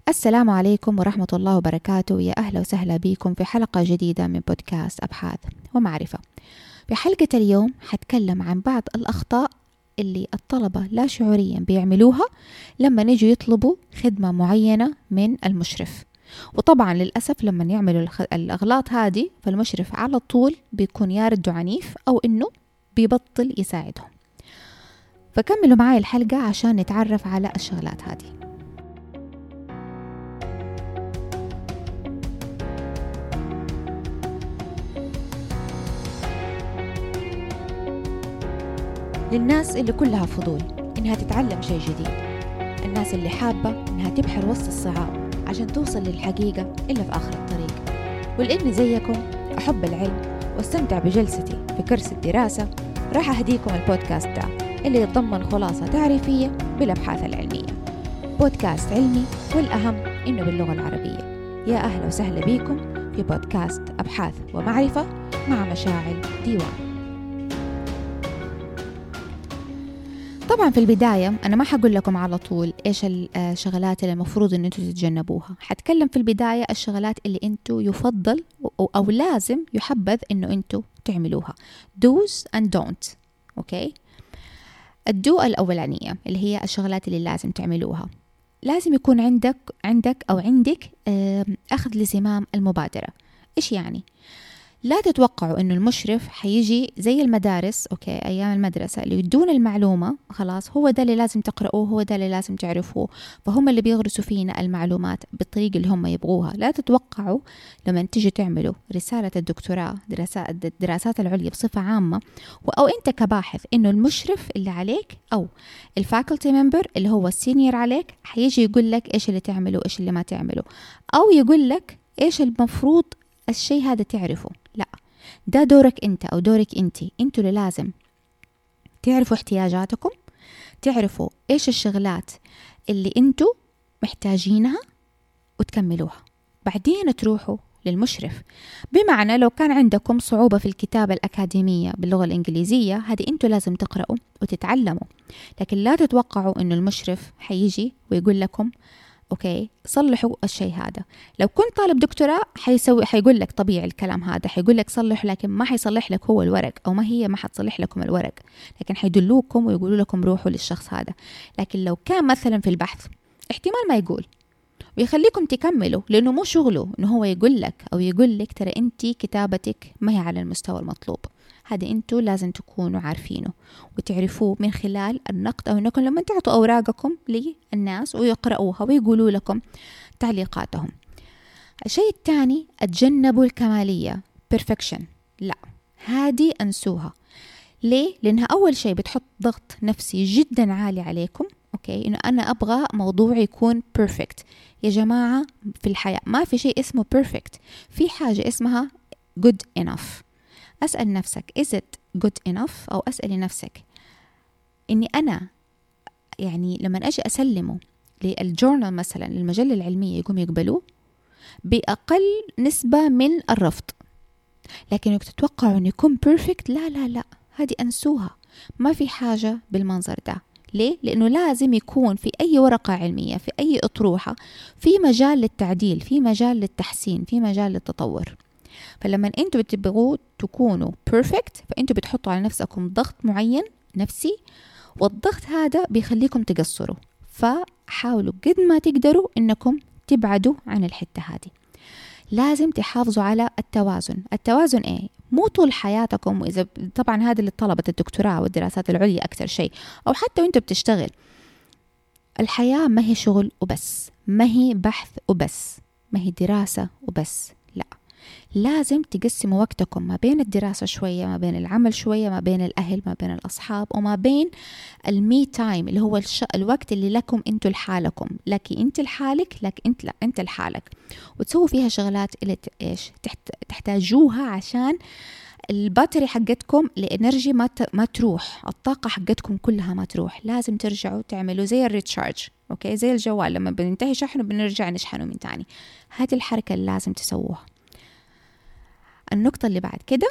السلام عليكم ورحمة الله وبركاته. يا أهلا وسهلا بكم في حلقة جديدة من بودكاست أبحاث ومعرفة. في حلقة اليوم حتكلم عن بعض الأخطاء اللي الطلبة لا شعوريا بيعملوها لما نجوا يطلبوا خدمة معينة من المشرف. وطبعا للأسف لما يعملوا الأغلاط هذه فالمشرف على طول بيكون يارد عنيف أو إنه بيبطل يساعدهم. فكملوا معاي الحلقة عشان نتعرف على الشغلات هذه. للناس اللي كلها فضول إنها تتعلم شيء جديد، الناس اللي حابة إنها تبحر وسط الصعاب عشان توصل للحقيقة إلا في آخر الطريق، ولإني زيكم أحب العلم واستمتع بجلستي في كرسي الدراسة، راح أهديكم البودكاست ده اللي يتضمن خلاصة تعريفية بالأبحاث العلمية. بودكاست علمي والأهم إنه باللغة العربية. يا أهلا وسهلا بكم في بودكاست أبحاث ومعرفة مع مشاعل ديوان. طبعا في البداية أنا ما حقول لكم على طول إيش الشغلات اللي المفروض أن أنتوا تتجنبوها. حتكلم في البداية الشغلات اللي أنتوا يفضل أو لازم يحبذ أنه أنتوا تعملوها. do's and don't. أوكي. الدو الأولانية اللي هي الشغلات اللي لازم تعملوها. لازم يكون عندك أو عندك أخذ لزمام المبادرة. إيش يعني؟ لا تتوقعوا إنه المشرف حيجي زي المدارس، أوكي، أيام المدرسة اللي يدون المعلومة خلاص هو ده اللي لازم تقرأوه، هو ده اللي لازم تعرفوه، فهم اللي بيغرسوا فينا المعلومات بالطريقة اللي هم يبغوها. لا تتوقعوا لما تيجي تعملوا رسالة الدكتوراه، الدراسات العليا بصفة عامة، أو أنت كباحث، إنه المشرف اللي عليك أو الفاكولتي ممبر اللي هو السينيور عليك حيجي يقول لك إيش اللي تعمله إيش اللي ما تعمله، أو يقول لك إيش المفروض الشيء هذا تعرفه. لا، ده دورك انت او دورك انتوا اللي لازم تعرفوا احتياجاتكم، تعرفوا ايش الشغلات اللي انتوا محتاجينها وتكملوها. بعدين تروحوا للمشرف. بمعنى لو كان عندكم صعوبة في الكتابة الأكاديمية باللغة الإنجليزية، هذه انتوا لازم تقرأوا وتتعلموا، لكن لا تتوقعوا انه المشرف حيجي ويقول لكم اوكي صلحوا الشيء هذا. لو كنت طالب دكتوراه حيقول لك طبيعي الكلام هذا، حيقول لك صلح، لكن ما حيصلح لك هو الورق، او ما حتصلح لكم الورق، لكن حيدلوكم ويقولوا لكم روحوا للشخص هذا. لكن لو كان مثلا في البحث احتمال ما يقول ويخليكم تكملوا، لانه مو شغله انه هو يقول لك او يقول لك ترى انتي كتابتك ما هي على المستوى المطلوب. هذا انتوا لازم تكونوا عارفينه وتعرفوه من خلال النقد، او انكم لما تعطوا اوراقكم للناس ويقرأوها ويقولوا لكم تعليقاتهم. الشيء الثاني، اتجنبوا الكمالية perfection. لا، هذه انسوها. ليه؟ لانها اول شيء بتحط ضغط نفسي جدا عالي عليكم. اوكي، انه انا ابغى موضوع يكون perfect. يا جماعة في الحياة ما في شيء اسمه perfect، في حاجة اسمها good enough. أسأل نفسك is it good enough، أو أسألي نفسك إني أنا يعني لما أجي أسلمه للجورنال مثلا للمجلة العلمية يقوم يقبلوه بأقل نسبة من الرفض، لكن تتوقعوا أن يكون perfect. لا لا لا، هذه أنسوها. ما في حاجة بالمنظر ده. ليه؟ لأنه لازم يكون في أي ورقة علمية، في أي أطروحة، في مجال للتعديل، في مجال للتحسين، في مجال للتطور. فلما انتوا بتبغوا تكونوا perfect فانتوا بتحطوا على نفسكم ضغط معين نفسي، والضغط هذا بيخليكم تقصروا. فحاولوا قد ما تقدروا انكم تبعدوا عن الحتة هذه. لازم تحافظوا على التوازن. التوازن ايه؟ مو طول حياتكم، واذا طبعا هذا للطلبة الدكتوراه والدراسات العليا اكثر شيء، او حتى وانتوا بتشتغل. الحياة ما هي شغل وبس، ما هي بحث وبس، ما هي دراسة وبس. لا، لازم تقسموا وقتكم ما بين الدراسة شوية، ما بين العمل شوية، ما بين الأهل، ما بين الأصحاب، وما بين المي تايم اللي هو الوقت اللي لكم انتوا لحالكم، لك انت لحالك، لك انت لا انت لحالك، وتسووا فيها شغلات اللي ايش تحتاجوها عشان الباتري حقتكم الانرجي ما تروح، الطاقة حقتكم كلها ما تروح. لازم ترجعوا تعملوا زي الريتشارج. اوكي، زي الجوال لما بننتهي شحنه بنرجع نشحنه من تاني. هذه الحركة اللي لازم تسووها. النقطة اللي بعد كده،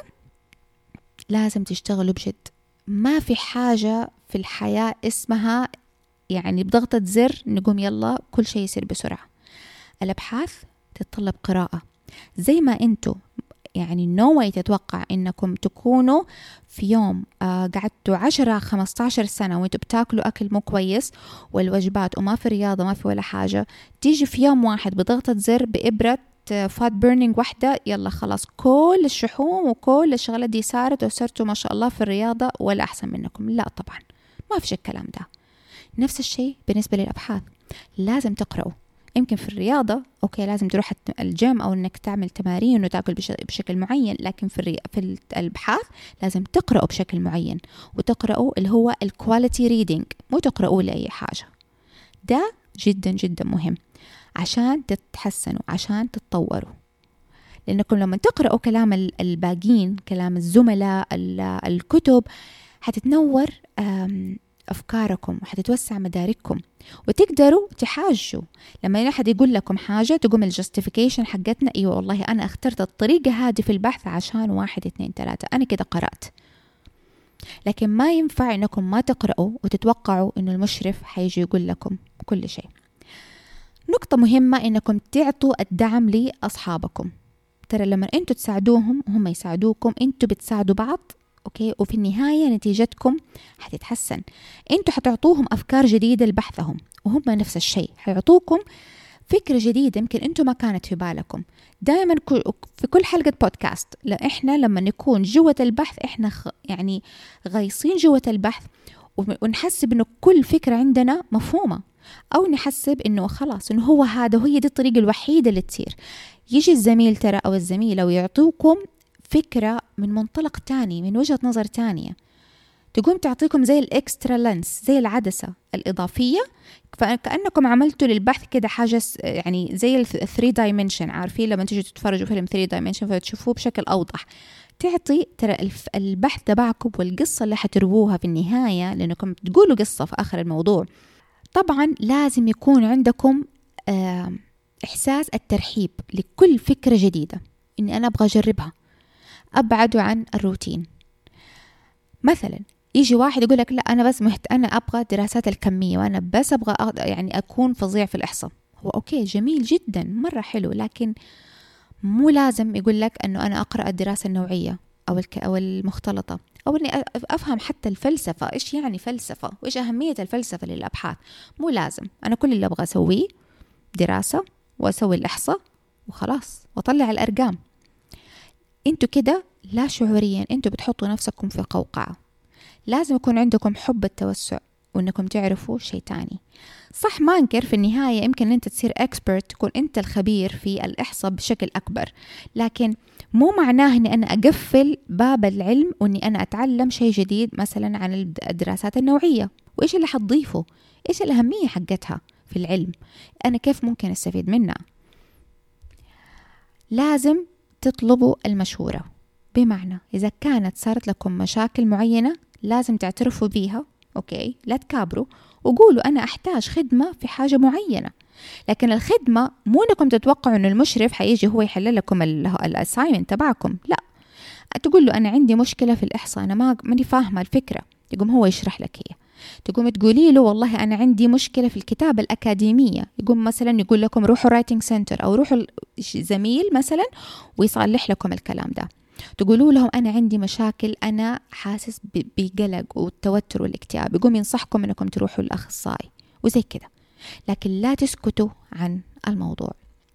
لازم تشتغلوا بجد. ما في حاجة في الحياة اسمها يعني بضغطة زر نقوم يلا كل شيء يصير بسرعة. الأبحاث تتطلب قراءة. زي ما أنتوا يعني نوعي تتوقع إنكم تكونوا في يوم قعدتوا 10-15 سنة وانتوا بتاكلوا أكل مو كويس والوجبات وما في رياضة ما في ولا حاجة، تيجي في يوم واحد بضغطة زر بإبرة فات بيرنينج واحدة يلا خلاص كل الشحوم وكل الشغلات دي صارت وصرتوا ما شاء الله في الرياضة ولا أحسن منكم. لا طبعا ما فيش الكلام ده. نفس الشيء بالنسبة للأبحاث، لازم تقرأوا. يمكن في الرياضة أوكي لازم تروح الجيم أو إنك تعمل تمارين وتأكل بشكل معين، لكن في الأبحاث لازم تقرأوا بشكل معين، وتقرأوا اللي هو الكواليتي ريدينج، مو تقرأوا لأي حاجة. ده جدا جدا مهم عشان تتحسنوا، عشان تتطوروا. لأنكم لما تقرأوا كلام الباقين، كلام الزملاء، الكتب، حتتنور أفكاركم وحتتوسع مدارككم وتقدروا تحاجوا. لما أحد يقول لكم حاجة تقوم الجستيفيكيشن حقتنا أيوة والله أنا اخترت الطريقة هذه في البحث عشان 1 2 3 أنا كده قرأت. لكن ما ينفع أنكم ما تقرأوا وتتوقعوا أن المشرف حيجي يقول لكم كل شيء. نقطة مهمة أنكم تعطوا الدعم لأصحابكم. ترى لما أنتوا تساعدوهم هم يساعدوكم، أنتوا بتساعدوا بعض أوكي، وفي النهاية نتيجتكم حتتحسن. أنتوا حتعطوهم أفكار جديدة لبحثهم، وهم نفس الشيء حيعطوكم فكرة جديدة يمكن أنتوا ما كانت في بالكم. دائما في كل حلقة بودكاست إحنا لما نكون جوة البحث إحنا يعني غايصين جوة البحث، ونحسب إنه كل فكرة عندنا مفهومة، أو نحسب إنه خلاص إنه هو هذا وهي دي الطريقة الوحيدة اللي تصير. يجي الزميل ترى أو الزميلة ويعطوكم فكرة من منطلق تاني، من وجهة نظر تانية، تقوم تعطيكم زي الإكسترا لينس، زي العدسة الإضافية، فكأنكم عملتوا للبحث كده حاجة يعني زي ال 3 dimension. عارفين لما تيجوا تتفرجوا فيلم 3 dimension فتشوفوه بشكل أوضح. تعطي ترى البحث تبعكم والقصة اللي حترووها في النهاية، لأنكم تقولوا قصة في آخر الموضوع. طبعا لازم يكون عندكم إحساس الترحيب لكل فكرة جديدة، إني أنا أبغى أجربها، أبعد عن الروتين. مثلا يجي واحد يقول لك لا أنا بس أنا أبغى دراسات الكمية وأنا بس أبغى يعني أكون فظيع في الإحصاء. هو أوكي جميل جدا مرة حلو، لكن مو لازم يقول لك أنه أنا أقرأ الدراسة النوعية أو المختلطة، أو أني أفهم حتى الفلسفة، إيش يعني فلسفة وإيش أهمية الفلسفة للأبحاث. مو لازم. أنا كل اللي أبغى أسويه دراسة وأسوي الإحصاء وخلاص وأطلع الأرقام. أنتوا كده لا شعوريا أنتوا بتحطوا نفسكم في قوقعة. لازم يكون عندكم حب التوسع وأنكم تعرفوا شيء تاني. صح ما أنكر في النهاية يمكن أنت تصير إكسبرت، تكون أنت الخبير في الإحصاء بشكل أكبر، لكن مو معناه أني أنا أقفل باب العلم وأني أنا أتعلم شيء جديد مثلا عن الدراسات النوعية. وإيش اللي حتضيفه؟ إيش الأهمية حقتها في العلم؟ أنا كيف ممكن أستفيد منها؟ لازم تطلبوا المشورة، بمعنى إذا كانت صارت لكم مشاكل معينة لازم تعترفوا بيها أوكي، لا تكابروا وقولوا أنا أحتاج خدمة في حاجة معينة. لكن الخدمة مو أنكم تتوقعوا أن المشرف حيجي هو يحل لكم الأسايمنت تبعكم، لا، تقول له أنا عندي مشكلة في الإحصاء، أنا ماني فاهمة الفكرة، يقوم هو يشرح لك هي. تقوم تقولي له والله أنا عندي مشكلة في الكتابة الأكاديمية، يقوم مثلا يقول لكم روحوا رايتنج سنتر أو روحوا زميل مثلا ويصلح لكم الكلام ده. تقولوا لهم أنا عندي مشاكل، أنا حاسس بقلق والتوتر والاكتئاب، يقوم ينصحكم أنكم تروحوا للأخصائي وزي كده. لكن لا تسكتوا عن الموضوع.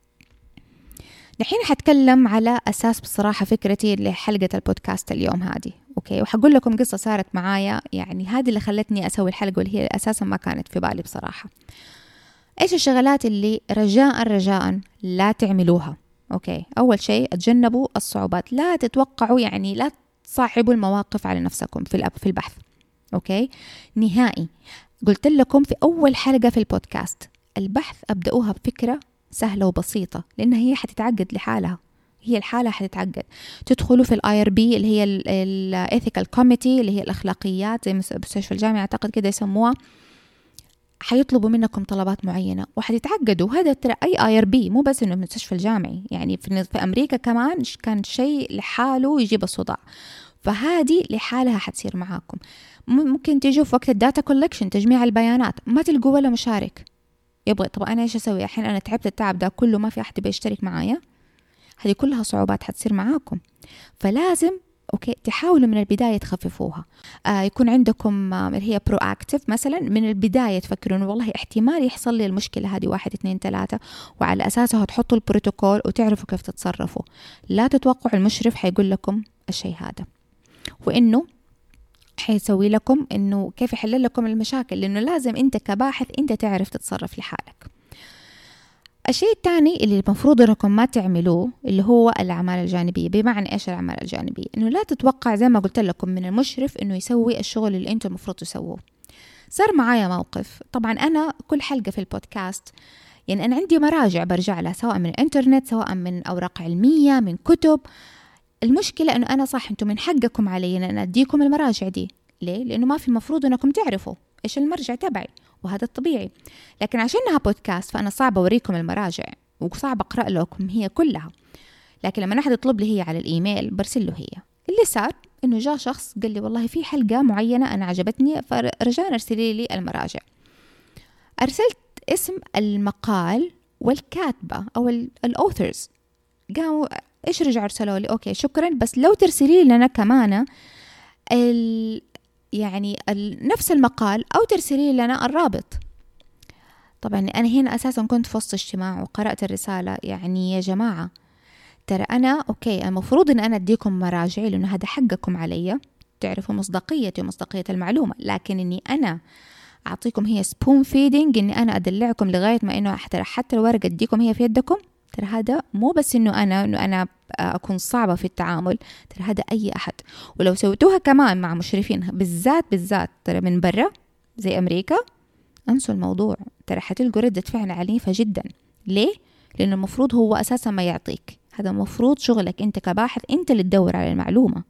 دحين حتكلم على أساس بصراحة فكرتي لحلقة البودكاست اليوم هذه أوكي، وحقول لكم قصة صارت معايا، يعني هذه اللي خلتني أسوي الحلقة واللي هي أساسا ما كانت في بالي بصراحة. إيش الشغلات اللي رجاء لا تعملوها؟ أوكي، أول شيء تجنبوا الصعوبات، لا تتوقعوا يعني لا تصعبوا المواقف على نفسكم في البحث أوكي نهائي. قلت لكم في أول حلقة في البودكاست البحث أبدأوها بفكرة سهلة وبسيطة، لأنها هي حتتعقد لحالها، هي الحالة حتتعقد. تدخلوا في IRB اللي هي Ethical Committee اللي هي الأخلاقيات زي مستشفى الجامعة أعتقد كده يسموها، حيطلبوا منكم طلبات معينة وحتتعقدوا. هذا ترى أي IRB مو بس إنه المستشفى الجامعي، يعني في أمريكا كمان كان شيء لحاله يجيب الصداع، فهذه لحالها حتصير معاكم. ممكن تيجوا في وقت الداتا كولكشن تجميع البيانات ما تلقوا ولا مشارك، يبغى طب أنا إيش أسوي الحين؟ أنا تعبت التعب ده كله، ما في أحد بيشترك معايا. هذه كلها صعوبات حتصير معاكم. فلازم تحاولوا من البداية تخففوها. يكون عندكم اللي هي proactive مثلا، من البداية تفكرون والله احتمال يحصل لي المشكلة هذه 1 2 3، وعلى أساسها تحطوا البروتوكول وتعرفوا كيف تتصرفوا. لا تتوقعوا المشرف حيقول لكم الشيء هذا وإنه حيسوي لكم إنه كيف يحل لكم المشاكل، لأنه لازم أنت كباحث أنت تعرف تتصرف لحالك. الشيء الثاني اللي المفروض انكم ما تعملوه اللي هو الأعمال الجانبية. بمعنى ايش الأعمال الجانبية؟ انه لا تتوقع زي ما قلت لكم من المشرف انه يسوي الشغل اللي انتم المفروض تسووه. صار معايا موقف، طبعا انا كل حلقة في البودكاست يعني انا عندي مراجع برجع لها، سواء من الانترنت، سواء من اوراق علمية، من كتب. المشكلة انه انا صح انتم من حقكم علي ان انا اديكم المراجع دي. ليه؟ لانه ما في مفروض انكم تعرفوا ايش المرجع تبعي، وهذا الطبيعي. لكن عشانها بودكاست فأنا صعب أوريكم المراجع وصعب أقرأ لكم هي كلها. لكن لما أحد يطلب لي هي على الإيميل برسل له هي. اللي صار إنه جاء شخص قال لي والله في حلقة معينة أنا عجبتني، فرجاء ارسلي لي المراجع. أرسلت اسم المقال والكاتبة أو الأوثرز، قاموا إيش رجعوا أرسلوا لي أوكي شكرا، بس لو ترسلي لنا كمان نفس المقال أو ترسلي لنا الرابط. طبعا أنا هنا أساسا كنت في وسط اجتماع وقرأت الرسالة. يعني يا جماعة ترى أنا المفروض أن أنا أديكم مراجعي لأنه هذا حقكم علي، تعرفوا مصداقيتي ومصداقية المعلومة. لكن أني أنا أعطيكم هي سبون فيدينج، أني أنا أدلعكم لغاية ما أنه حتى الورقة أديكم هي في يدكم، ترى هذا مو بس أنه أنا أكون صعبة في التعامل، ترى هذا أي أحد. ولو سويتوها كمان مع مشرفين بالذات ترى من برا زي أمريكا، أنسوا الموضوع، ترى حتلقوا ردة فعل عنيفة جدا. ليه؟ لأن المفروض هو أساسا ما يعطيك، هذا مفروض شغلك أنت كباحث، أنت اللي تدور على المعلومة.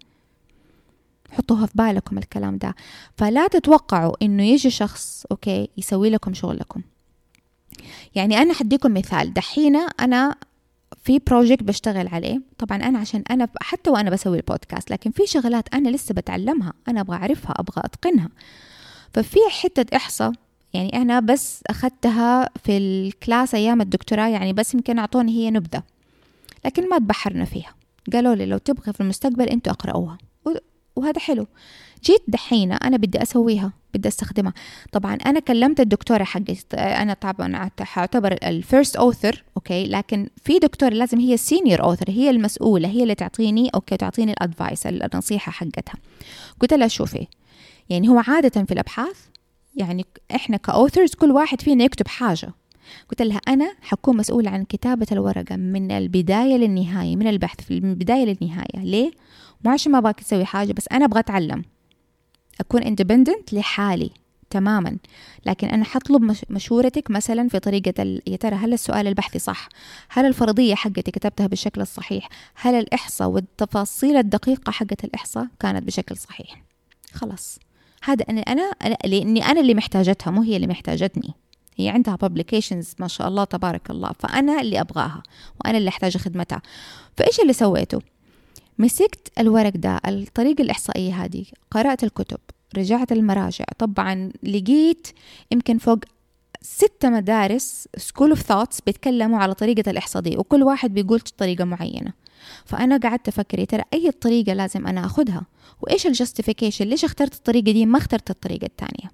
حطوها في بالكم الكلام ده. فلا تتوقعوا إنه يجي شخص يسوي لكم شغلكم. يعني أنا حديكم مثال، دحينة أنا في بروجكت بشتغل عليه. طبعا أنا عشان أنا حتى وأنا بسوي البودكاست، لكن في شغلات أنا لسه بتعلمها، أنا أبغى أعرفها، أبغى أتقنها. ففي حتة إحصاء يعني أنا بس أخذتها في الكلاس أيام الدكتوراه، يعني بس يمكن أعطوني هي نبذة، لكن ما تبحرنا فيها. قالوا لي لو تبغى في المستقبل أنتوا أقرأوها، وهذا حلو. جيت دحينة أنا بدي أسويها، بدي أستخدمها. طبعا أنا كلمت الدكتورة حقتي، أنا طبعا أعتبر الفيرست أوثر لكن في دكتورة لازم هي السينيور أوثر، هي المسؤولة، هي اللي تعطيني تعطيني الأدفايس، النصيحة حقتها. قلت لها شوفي، يعني هو عادة في الأبحاث يعني إحنا كأوثرز كل واحد فينا يكتب حاجة. قلت لها أنا حكون مسؤولة عن كتابة الورقة من البداية للنهاية، من البحث من البداية للنهاية. ليه؟ مو عشان ما باك تسوي حاجة، بس أنا أبغى أتعلم، أكون independent لحالي تماما. لكن أنا حطلب مشورتك مثلا في طريقة يا ترى هل السؤال البحثي صح؟ هل الفرضية حقتي كتبتها بالشكل الصحيح؟ هل الإحصاء والتفاصيل الدقيقة حقة الإحصاء كانت بشكل صحيح؟ خلاص، هذا أنا لأني أنا اللي محتاجتها، مو هي اللي محتاجتني. هي عندها publications ما شاء الله تبارك الله، فأنا اللي أبغاها وأنا اللي أحتاج خدمتها. فإيش اللي سويته؟ مسكت الورق ده، الطريقة الإحصائية هذه، قرأت الكتب، رجعت المراجع. طبعا لقيت يمكن فوق 6 مدارس School of Thoughts بيتكلموا على طريقة الإحصاء دي، وكل واحد بيقول طريقة معينة. فأنا قعدت أفكر ترى أي طريقة لازم أنا أخذها، وإيش الجاستيفيكيشن، ليش اخترت الطريقة دي ما اخترت الطريقة الثانية.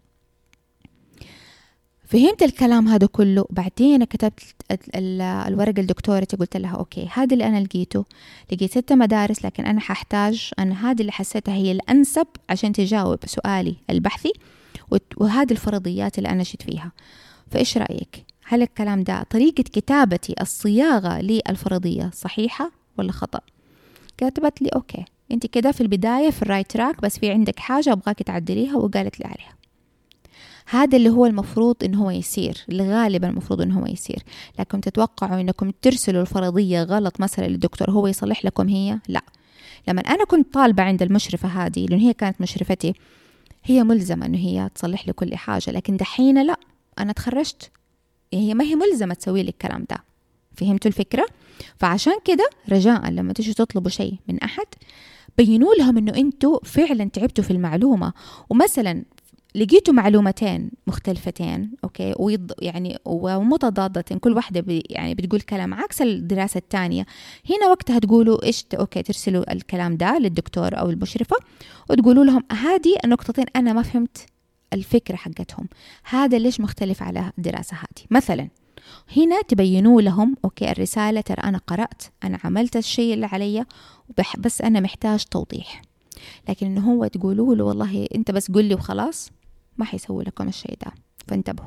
فهمت الكلام هذا كله. بعدين كتبت الورقة لدكتورتي، قلت لها أوكي هذا اللي أنا لقيته، لقيت 6 مدارس، لكن أنا ححتاج، أنا هذه اللي حسيتها هي الأنسب عشان تجاوب سؤالي البحثي، وهذه الفرضيات اللي أنا شت فيها. فإيش رأيك؟ هل الكلام ده طريقة كتابتي الصياغة للفرضية صحيحة ولا خطأ؟ كتبت لي أوكي أنت كده في البداية في الرايت تراك، بس في عندك حاجة أبغاك تعدليها، وقالت لي عليها. هذا اللي هو المفروض إنه هو يصير، اللي غالبا المفروض إنه هو يصير. لكن تتوقعوا إنكم ترسلوا الفرضية غلط مثلا للدكتور هو يصلح لكم هي؟ لا. لما أنا كنت طالبة عند المشرفة هذه، لأن هي كانت مشرفتي، هي ملزمة إنه هي تصلح لي كل حاجة. لكن دحين لا، أنا تخرجت، هي ما هي ملزمة تسوي لي الكلام ده. فهمتوا الفكرة؟ فعشان كده رجاء لما تيجوا تطلبوا شيء من أحد، بينوا لهم إنه أنتوا فعلا تعبتوا في المعلومة. ومثلا لقيتوا معلومتين مختلفتين أوكي يعني ومتضادتين، كل واحدة يعني بتقول كلام عكس الدراسة الثانية، هنا وقتها تقولوا إيش أوكي، ترسلوا الكلام ده للدكتور أو المشرفة وتقولوا لهم هذه النقطتين أنا ما فهمت الفكرة حقتهم، هذا ليش مختلف على الدراسة هذه مثلا. هنا تبينوا لهم أوكي الرسالة ترى أنا قرأت، أنا عملت الشيء اللي علي، بس أنا محتاج توضيح. لكن إنه هو تقولوا له والله أنت بس قل لي وخلاص، ما حيسوي لكم الشيء ده. فانتبهوا.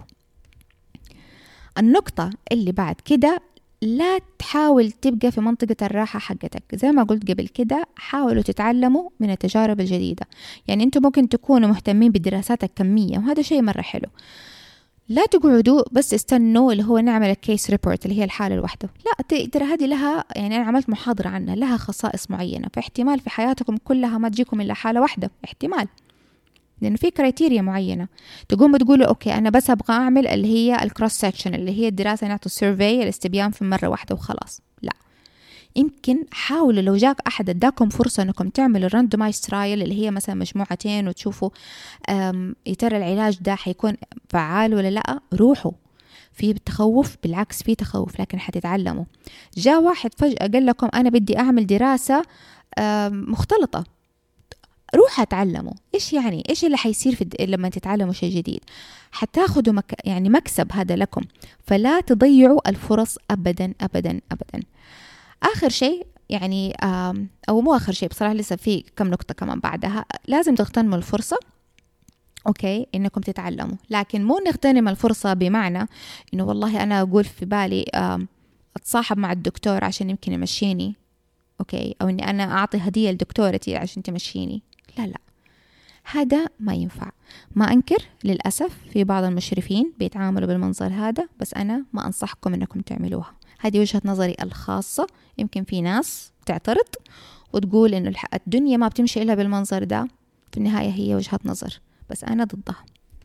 النقطة اللي بعد كده، لا تحاول تبقى في منطقة الراحة حقتك. زي ما قلت قبل كده، حاولوا تتعلموا من التجارب الجديدة. يعني أنتم ممكن تكونوا مهتمين بالدراسات الكمية وهذا شيء مرة حلو، لا تقعدوا بس استنوا اللي هو نعمل الكيس ريبورت اللي هي الحالة الواحدة. لا، ترى هذه لها، يعني أنا عملت محاضرة عنها، لها خصائص معينة، فاحتمال في حياتكم كلها ما تجيكم إلا حالة واحدة، احتمال، لأنه في كرايتيريا معينة. تقوم تقولوا أوكي أنا بس أبغى أعمل اللي هي الكروس سكشن، اللي هي الدراسة نعطوا السيرفي الاستبيان في مرة واحدة وخلاص. لا، يمكن حاولوا لو جاك أحد اداكم فرصة أنكم تعملوا الراندومايز ترايل اللي هي مثلا مجموعتين وتشوفوا ترى العلاج ده حيكون فعال ولا لا، روحوا. في تخوف، بالعكس في تخوف، لكن حتتعلموا. جاء واحد فجأة قال لكم أنا بدي أعمل دراسة مختلطة، روح اتعلموا ايش يعني، ايش اللي حيصير لما تتعلموا شيء جديد، حتاخدوا يعني مكسب هذا لكم. فلا تضيعوا الفرص ابدا ابدا ابدا. اخر شيء يعني او مو اخر شيء بصراحة، لسه في كم نقطة كمان بعدها، لازم تغتنموا الفرصة اوكي انكم تتعلموا، لكن مو نغتنم الفرصة بمعنى انه والله انا اقول في بالي اتصاحب مع الدكتور عشان يمكن يمشيني اوكي، او اني انا اعطي هدية لدكتورتي عشان تمشيني. لا لا، هذا ما ينفع. ما انكر للاسف في بعض المشرفين بيتعاملوا بالمنظر هذا، بس انا ما انصحكم انكم تعملوها. هذه وجهة نظري الخاصة. يمكن في ناس تعترض وتقول انه الدنيا ما بتمشي الا بالمنظر ده، في النهاية هي وجهة نظر، بس انا ضدها.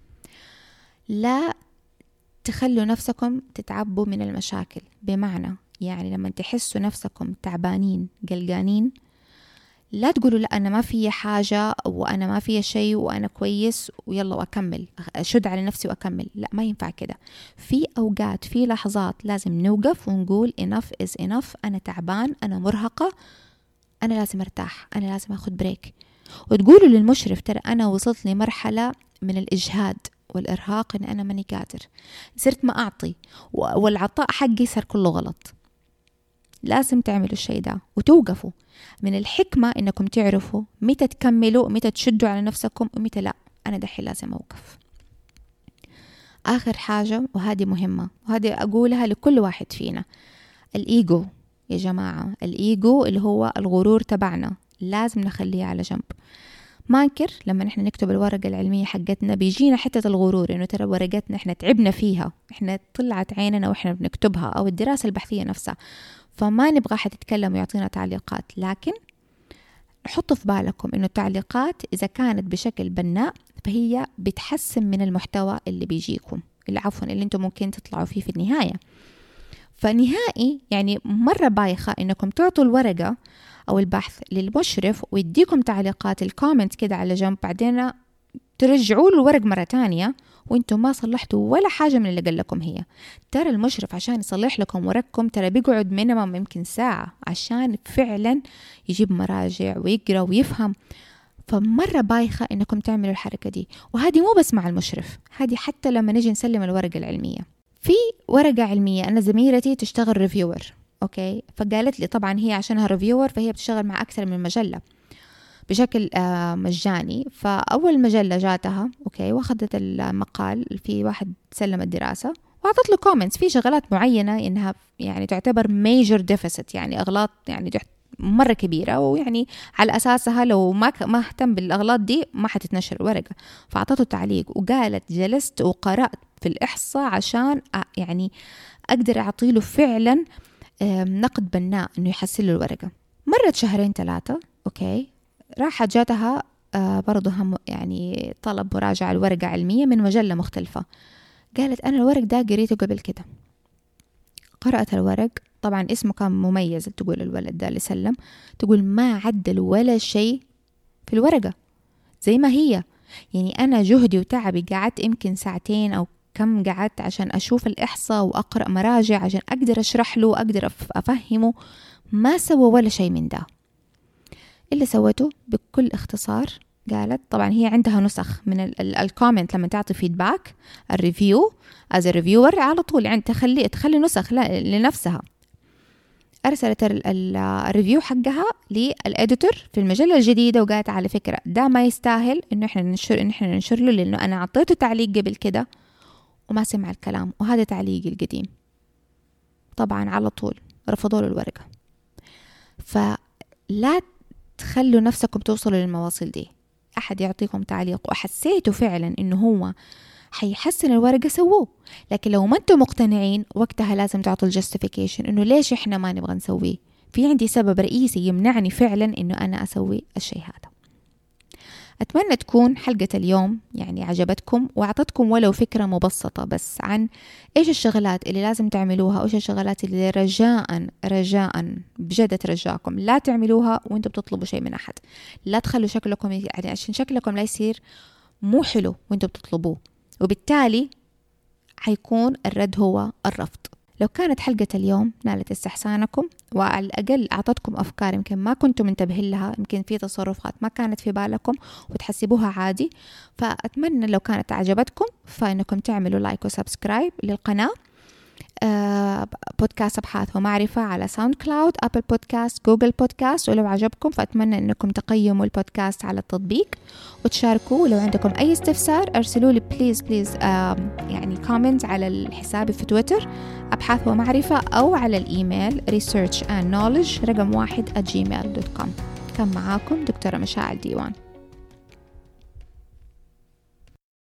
لا تخلوا نفسكم تتعبوا من المشاكل، بمعنى يعني لما تحسوا نفسكم تعبانين قلقانين، لا تقولوا لا أنا ما في حاجة وأنا ما في شيء وأنا كويس ويلا وأكمل، أشد على نفسي وأكمل. لا، ما ينفع كده. في أوقات، في لحظات لازم نوقف ونقول enough is enough، أنا تعبان، أنا مرهقة، أنا لازم أرتاح، أنا لازم أخذ بريك. وتقولوا للمشرف ترى أنا وصلت لمرحلة من الإجهاد والإرهاق إن أنا ماني قادر، صرت ما أعطي، والعطاء حقي صار كله غلط. لازم تعملوا الشيء ده وتوقفوا. من الحكمة إنكم تعرفوا متى تكملوا، متى تشدوا على نفسكم، ومتى لا، أنا دحين لازم أوقف. آخر حاجة وهذه مهمة، وهذه أقولها لكل واحد فينا، الإيجو يا جماعة. الإيجو اللي هو الغرور تبعنا لازم نخليه على جنب. ما انكر لما نحن نكتب الورقة العلمية حقتنا بيجينا حتة الغرور إنه ترى ورقتنا إحنا تعبنا فيها، إحنا طلعت عيننا وإحنا بنكتبها، أو الدراسة البحثية نفسها، فما نبغى حد يتكلم ويعطينا تعليقات. لكن حطوا في بالكم إنه التعليقات إذا كانت بشكل بناء فهي بتحسن من المحتوى اللي بيجيكم، اللي انتم ممكن تطلعوا فيه في النهاية. فنهائي يعني مرة بايخة إنكم تعطوا الورقة أو البحث للمشرف ويديكم تعليقات الكومنت كده على جنب، بعدين ترجعوا له الورق مرة تانية وانتم ما صلحتوا ولا حاجة من اللي قال لكم. هي ترى المشرف عشان يصلح لكم ورقكم ترى بيقعد مينيمم يمكن ساعة عشان فعلا يجيب مراجع ويقرأ ويفهم. فمرة بايخة انكم تعملوا الحركة دي. وهذه مو بس مع المشرف، هذه حتى لما نجي نسلم الورقة العلمية. في ورقة علمية أنا زميلتي تشتغل ريفيور أوكي، فقالت لي طبعا هي عشانها ريفيور فهي بتشتغل مع أكثر من مجلة بشكل مجاني. فأول مجلة جاتها أوكي وأخذت المقال، في واحد سلم الدراسة وأعطت له كومنتس في شغلات معينة إنها يعني تعتبر major deficit، يعني أغلاط يعني مرة كبيرة، ويعني على أساسها لو ما اهتم بالأغلاط دي ما حتتنشر الورقة. فأعطته تعليق وقالت جلست وقرأت في الإحصاء عشان يعني أقدر أعطيله فعلا نقد بناء إنه يحسن له الورقة. مرت 2-3 أوكي، راحت جاتها برضو هم يعني طلب مراجعة الورقة علمية من مجلة مختلفة. قالت أنا الورق ده قريته قبل كده. قرأت الورق، طبعا اسمه كان مميز، تقول الولد ده اللي سلم تقول ما عدل ولا شيء في الورقة زي ما هي. يعني أنا جهدي وتعبي قعدت يمكن ساعتين أو كم قعدت عشان أشوف الإحصاء وأقرأ مراجع عشان أقدر أشرح له وأقدر أفهمه، ما سوى ولا شيء من ده. اللي سوته بكل اختصار قالت، طبعا هي عندها نسخ من الكومنت لما تعطي فيدباك، الريفيو از ريفيور على طول يعني تخلي نسخ لنفسها. أرسلت الريفيو حقها للإديتور في المجلة الجديدة وقالت على فكرة ده ما يستاهل إنه إحنا ننشر له، لأنه أنا عطيته تعليق قبل كده وما سمع الكلام، وهذا تعليقي القديم. طبعا على طول رفضوا له الورقة. فلا تخلوا نفسكم توصلوا للمواصل دي. أحد يعطيكم تعليق وحسيتوا فعلا إنه هو حيحسن الورقة سووه، لكن لو ما انتم مقتنعين وقتها لازم تعطوا الجستيفيكيشن إنه ليش إحنا ما نبغى نسويه، في عندي سبب رئيسي يمنعني فعلا إنه أنا أسوي الشيء هذا. أتمنى تكون حلقة اليوم يعني عجبتكم وأعطتكم ولو فكرة مبسطة بس عن إيش الشغلات اللي لازم تعملوها، وإيش الشغلات اللي رجاء بجد أترجاكم لا تعملوها وإنتم بتطلبوا شيء من أحد. لا تخلوا شكلكم يعني عشان شكلكم لا يصير مو حلو وإنتم بتطلبوه، وبالتالي حيكون الرد هو الرفض. لو كانت حلقة اليوم نالت استحسانكم وعلى الأقل أعطتكم أفكار يمكن ما كنتم منتبهين لها، يمكن في تصرفات ما كانت في بالكم وتحسبوها عادي، فأتمنى لو كانت عجبتكم فإنكم تعملوا لايك وسبسكرايب للقناة. بودكاست أبحاث ومعرفة على ساوند كلاود، أبل بودكاست، جوجل بودكاست. ولو عجبكم فأتمنى أنكم تقيموا البودكاست على التطبيق وتشاركوا. ولو عندكم أي استفسار أرسلوا لي بليز يعني كومنت على الحساب في تويتر أبحاث ومعرفة، أو على الإيميل researchandknowledge1@gmail.com. كان معاكم دكتورة مشاعل ديوان.